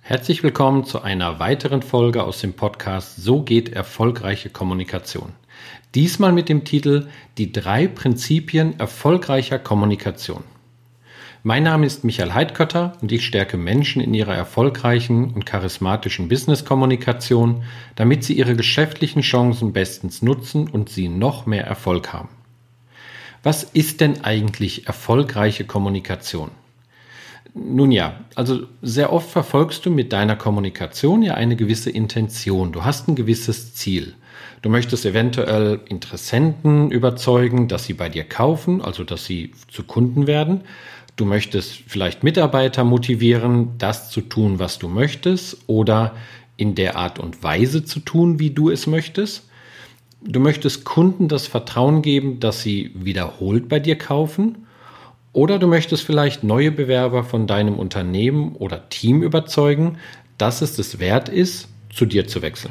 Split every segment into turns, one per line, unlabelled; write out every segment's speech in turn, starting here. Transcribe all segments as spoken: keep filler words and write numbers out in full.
Herzlich willkommen zu einer weiteren Folge aus dem Podcast So geht erfolgreiche Kommunikation. Diesmal mit dem Titel Die drei Prinzipien erfolgreicher Kommunikation. Mein Name ist Michael Heidkötter und ich stärke Menschen in ihrer erfolgreichen und charismatischen Business-Kommunikation, damit sie ihre geschäftlichen Chancen bestens nutzen und sie noch mehr Erfolg haben. Was ist denn eigentlich erfolgreiche Kommunikation? Nun ja, also sehr oft verfolgst du mit deiner Kommunikation ja eine gewisse Intention. Du hast ein gewisses Ziel. Du möchtest eventuell Interessenten überzeugen, dass sie bei dir kaufen, also dass sie zu Kunden werden. Du möchtest vielleicht Mitarbeiter motivieren, das zu tun, was du möchtest oder in der Art und Weise zu tun, wie du es möchtest. Du möchtest Kunden das Vertrauen geben, dass sie wiederholt bei dir kaufen. Oder du möchtest vielleicht neue Bewerber von deinem Unternehmen oder Team überzeugen, dass es es wert ist, zu dir zu wechseln.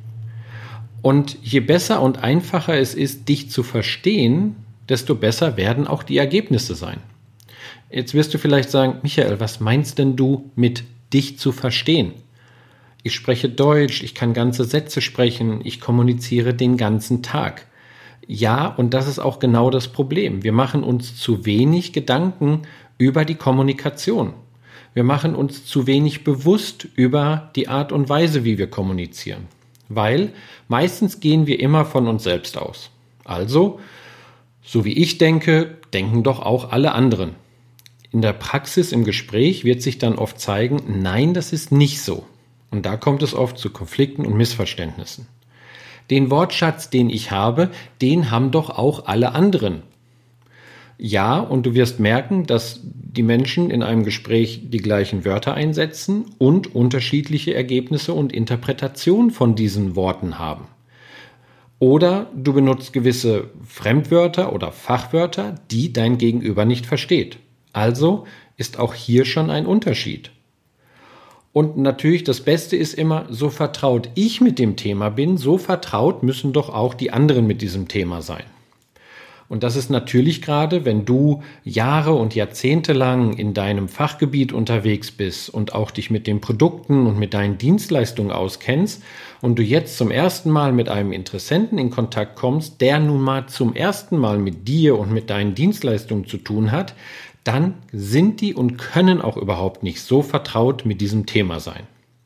Und je besser und einfacher es ist, dich zu verstehen, desto besser werden auch die Ergebnisse sein. Jetzt wirst du vielleicht sagen, Michael, was meinst denn du mit dich zu verstehen? Ich spreche Deutsch, ich kann ganze Sätze sprechen, ich kommuniziere den ganzen Tag. Ja, und das ist auch genau das Problem. Wir machen uns zu wenig Gedanken über die Kommunikation. Wir machen uns zu wenig bewusst über die Art und Weise, wie wir kommunizieren. Weil meistens gehen wir immer von uns selbst aus. Also, so wie ich denke, denken doch auch alle anderen. In der Praxis, im Gespräch wird sich dann oft zeigen, nein, das ist nicht so. Und da kommt es oft zu Konflikten und Missverständnissen. Den Wortschatz, den ich habe, den haben doch auch alle anderen. Ja, und du wirst merken, dass die Menschen in einem Gespräch die gleichen Wörter einsetzen und unterschiedliche Ergebnisse und Interpretationen von diesen Worten haben. Oder du benutzt gewisse Fremdwörter oder Fachwörter, die dein Gegenüber nicht versteht. Also ist auch hier schon ein Unterschied. Und natürlich das Beste ist immer, so vertraut ich mit dem Thema bin, so vertraut müssen doch auch die anderen mit diesem Thema sein. Und das ist natürlich gerade, wenn du Jahre und Jahrzehnte lang in deinem Fachgebiet unterwegs bist und auch dich mit den Produkten und mit deinen Dienstleistungen auskennst und du jetzt zum ersten Mal mit einem Interessenten in Kontakt kommst, der nun mal zum ersten Mal mit dir und mit deinen Dienstleistungen zu tun hat, dann sind die und können auch überhaupt nicht so vertraut mit diesem Thema sein.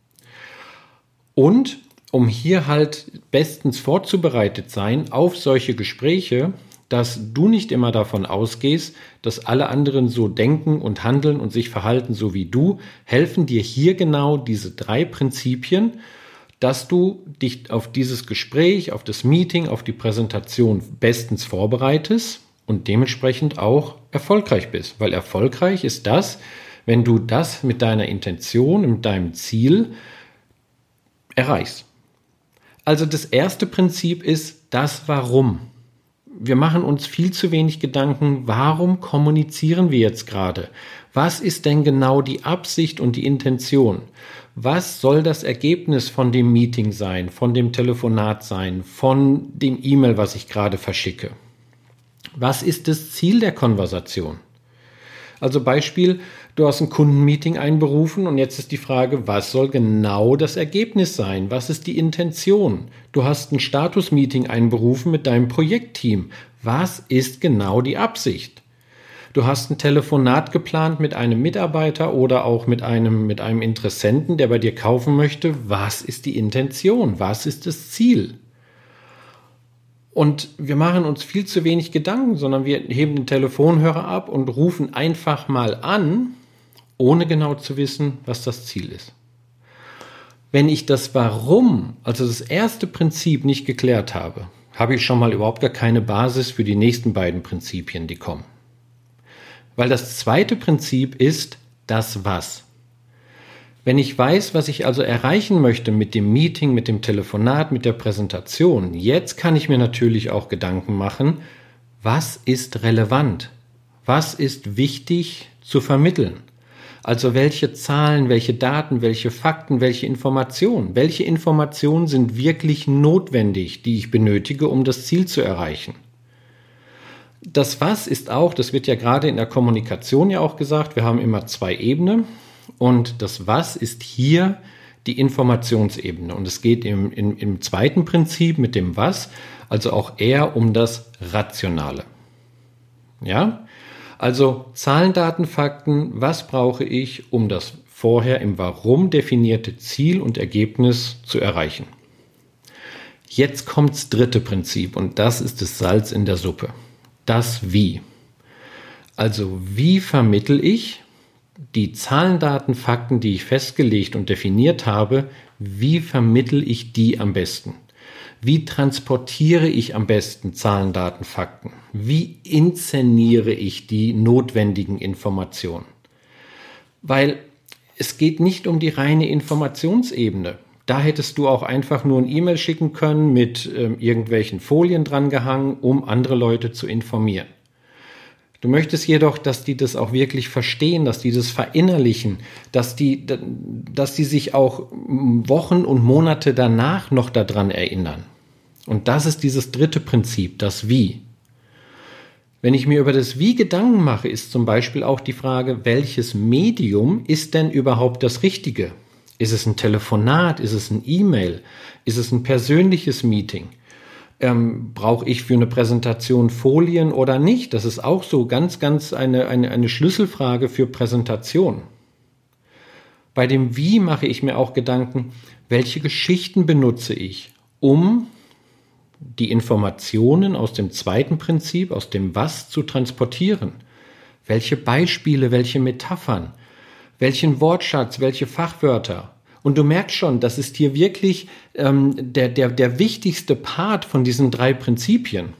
Und um hier halt bestens vorzubereitet sein auf solche Gespräche, dass du nicht immer davon ausgehst, dass alle anderen so denken und handeln und sich verhalten so wie du, helfen dir hier genau diese drei Prinzipien, dass du dich auf dieses Gespräch, auf das Meeting, auf die Präsentation bestens vorbereitest und dementsprechend auch erfolgreich bist. Weil erfolgreich ist das, wenn du das mit deiner Intention, mit deinem Ziel erreichst. Also das erste Prinzip ist das Warum. Wir machen uns viel zu wenig Gedanken, warum kommunizieren wir jetzt gerade? Was ist denn genau die Absicht und die Intention? Was soll das Ergebnis von dem Meeting sein, von dem Telefonat sein, von dem E-Mail, was ich gerade verschicke? Was ist das Ziel der Konversation? Also Beispiel, du hast ein Kundenmeeting einberufen und jetzt ist die Frage, was soll genau das Ergebnis sein? Was ist die Intention? Du hast ein Status-Meeting einberufen mit deinem Projektteam. Was ist genau die Absicht? Du hast ein Telefonat geplant mit einem Mitarbeiter oder auch mit einem, mit einem Interessenten, der bei dir kaufen möchte. Was ist die Intention? Was ist das Ziel? Und wir machen uns viel zu wenig Gedanken, sondern wir heben den Telefonhörer ab und rufen einfach mal an, ohne genau zu wissen, was das Ziel ist. Wenn ich das Warum, also das erste Prinzip nicht geklärt habe, habe ich schon mal überhaupt gar keine Basis für die nächsten beiden Prinzipien, die kommen. Weil das zweite Prinzip ist das Was. Wenn ich weiß, was ich also erreichen möchte mit dem Meeting, mit dem Telefonat, mit der Präsentation, jetzt kann ich mir natürlich auch Gedanken machen, was ist relevant? Was ist wichtig zu vermitteln? Also welche Zahlen, welche Daten, welche Fakten, welche Informationen? Welche Informationen sind wirklich notwendig, die ich benötige, um das Ziel zu erreichen? Das Was ist auch, das wird ja gerade in der Kommunikation ja auch gesagt, wir haben immer zwei Ebenen. und das Was ist hier die Informationsebene. Und es geht im, im, im zweiten Prinzip mit dem Was, also auch eher um das Rationale. Ja? Also Zahlen, Daten, Fakten, was brauche ich, um das vorher im Warum definierte Ziel und Ergebnis zu erreichen. Jetzt kommt das dritte Prinzip und das ist das Salz in der Suppe. Das Wie. Also wie vermittle ich die Zahlen, Daten, Fakten, die ich festgelegt und definiert habe, wie vermittle ich die am besten? Wie transportiere ich am besten Zahlen, Daten, Fakten? Wie inszeniere ich die notwendigen Informationen? Weil es geht nicht um die reine Informationsebene. Da hättest du auch einfach nur ein E-Mail schicken können mit äh, irgendwelchen Folien dran gehangen, um andere Leute zu informieren. Du möchtest jedoch, dass die das auch wirklich verstehen, dass die das verinnerlichen, dass die, dass die sich auch Wochen und Monate danach noch daran erinnern. Und das ist dieses dritte Prinzip, das Wie. Wenn ich mir über das Wie Gedanken mache, ist zum Beispiel auch die Frage, welches Medium ist denn überhaupt das Richtige? Ist es ein Telefonat? Ist es ein E-Mail? Ist es ein persönliches Meeting? Ähm, brauche ich für eine Präsentation Folien oder nicht? Das ist auch so ganz, ganz eine, eine, eine Schlüsselfrage für Präsentation. Bei dem Wie mache ich mir auch Gedanken, welche Geschichten benutze ich, um die Informationen aus dem zweiten Prinzip, aus dem Was zu transportieren. Welche Beispiele, welche Metaphern, welchen Wortschatz, welche Fachwörter. Und du merkst schon, das ist hier wirklich ähm, der, der, der wichtigste Part von diesen drei Prinzipien.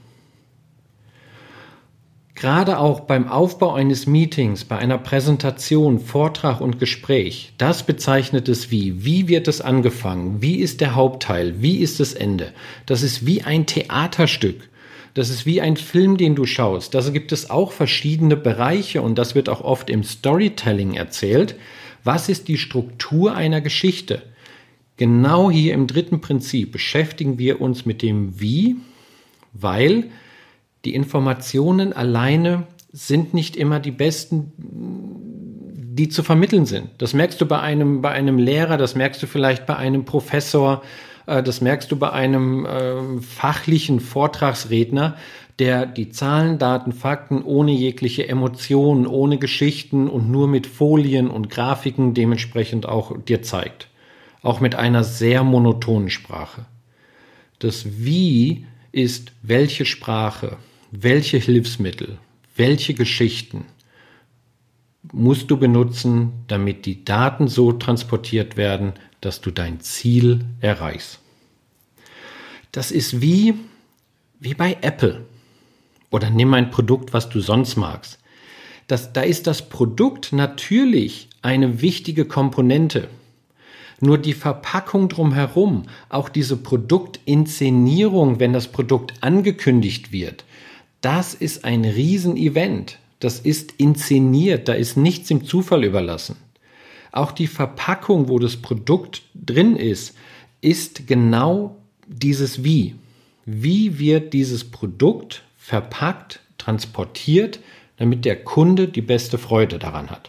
Gerade auch beim Aufbau eines Meetings, bei einer Präsentation, Vortrag und Gespräch, das bezeichnet es wie. Wie wird es angefangen? Wie ist der Hauptteil? Wie ist das Ende? Das ist wie ein Theaterstück. Das ist wie ein Film, den du schaust. Da gibt es auch verschiedene Bereiche und das wird auch oft im Storytelling erzählt. Was ist die Struktur einer Geschichte? Genau hier im dritten Prinzip beschäftigen wir uns mit dem Wie, weil die Informationen alleine sind nicht immer die besten, die zu vermitteln sind. Das merkst du bei einem, bei einem Lehrer, das merkst du vielleicht bei einem Professor, äh, das merkst du bei einem äh, fachlichen Vortragsredner, der die Zahlen, Daten, Fakten ohne jegliche Emotionen, ohne Geschichten und nur mit Folien und Grafiken dementsprechend auch dir zeigt. Auch mit einer sehr monotonen Sprache. Das Wie ist welche Sprache, welche Hilfsmittel, welche Geschichten musst du benutzen, damit die Daten so transportiert werden, dass du dein Ziel erreichst. Das ist wie, wie bei Apple. Oder nimm ein Produkt, was du sonst magst. Das, da ist das Produkt natürlich eine wichtige Komponente. Nur die Verpackung drumherum, auch diese Produktinszenierung, wenn das Produkt angekündigt wird, das ist ein Riesenevent. Das ist inszeniert, da ist nichts dem Zufall überlassen. Auch die Verpackung, wo das Produkt drin ist, ist genau dieses Wie. Wie wird dieses Produkt verpackt, transportiert, damit der Kunde die beste Freude daran hat?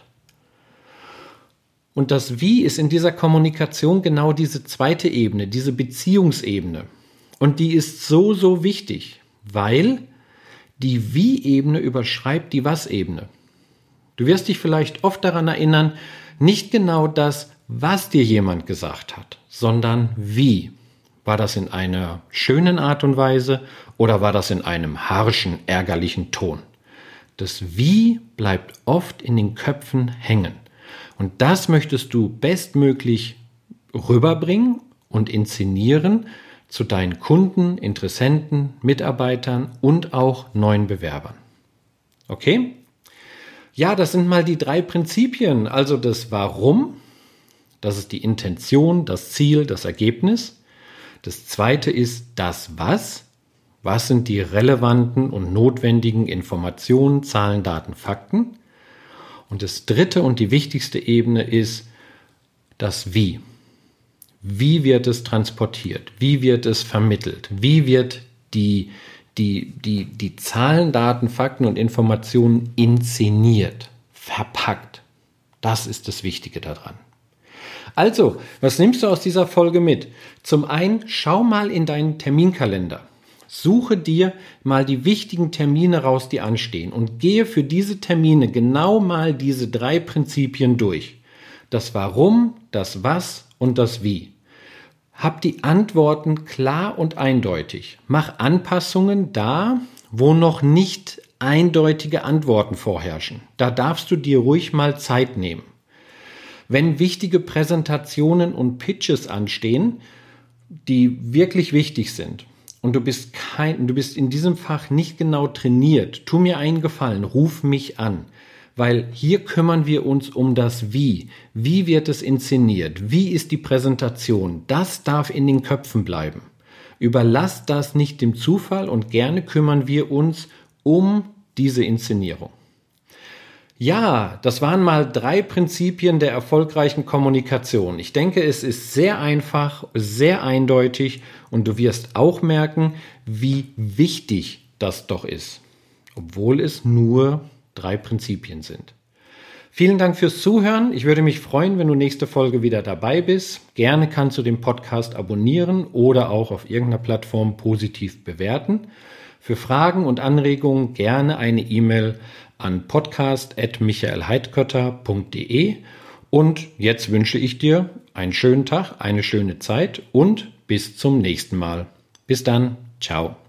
Und das Wie ist in dieser Kommunikation genau diese zweite Ebene, diese Beziehungsebene. Und die ist so, so wichtig, weil die Wie-Ebene überschreibt die Was-Ebene. Du wirst dich vielleicht oft daran erinnern, nicht genau das, was dir jemand gesagt hat, sondern wie. War das in einer schönen Art und Weise oder war das in einem harschen, ärgerlichen Ton? Das Wie bleibt oft in den Köpfen hängen. Und das möchtest du bestmöglich rüberbringen und inszenieren zu deinen Kunden, Interessenten, Mitarbeitern und auch neuen Bewerbern. Okay? Ja, das sind mal die drei Prinzipien. Also das Warum, das ist die Intention, das Ziel, das Ergebnis. Das zweite ist das Was. Was sind die relevanten und notwendigen Informationen, Zahlen, Daten, Fakten? Und das dritte und die wichtigste Ebene ist das Wie. Wie wird es transportiert? Wie wird es vermittelt? Wie wird die, die, die, die Zahlen, Daten, Fakten und Informationen inszeniert, verpackt? Das ist das Wichtige daran. Also, was nimmst du aus dieser Folge mit? Zum einen, schau mal in deinen Terminkalender. Suche dir mal die wichtigen Termine raus, die anstehen, und gehe für diese Termine genau mal diese drei Prinzipien durch. Das Warum, das Was und das Wie. Hab die Antworten klar und eindeutig. Mach Anpassungen da, wo noch nicht eindeutige Antworten vorherrschen. Da darfst du dir ruhig mal Zeit nehmen. Wenn wichtige Präsentationen und Pitches anstehen, die wirklich wichtig sind, und du bist kein, du bist in diesem Fach nicht genau trainiert, tu mir einen Gefallen, ruf mich an, weil hier kümmern wir uns um das Wie. Wie wird es inszeniert? Wie ist die Präsentation? Das darf in den Köpfen bleiben. Überlass das nicht dem Zufall und gerne kümmern wir uns um diese Inszenierung. Ja, das waren mal drei Prinzipien der erfolgreichen Kommunikation. Ich denke, es ist sehr einfach, sehr eindeutig und du wirst auch merken, wie wichtig das doch ist, obwohl es nur drei Prinzipien sind. Vielen Dank fürs Zuhören. Ich würde mich freuen, wenn du nächste Folge wieder dabei bist. Gerne kannst du den Podcast abonnieren oder auch auf irgendeiner Plattform positiv bewerten. Für Fragen und Anregungen gerne eine E-Mail an podcast at michael heidkötter punkt de. Und jetzt wünsche ich dir einen schönen Tag, eine schöne Zeit und bis zum nächsten Mal. Bis dann. Ciao.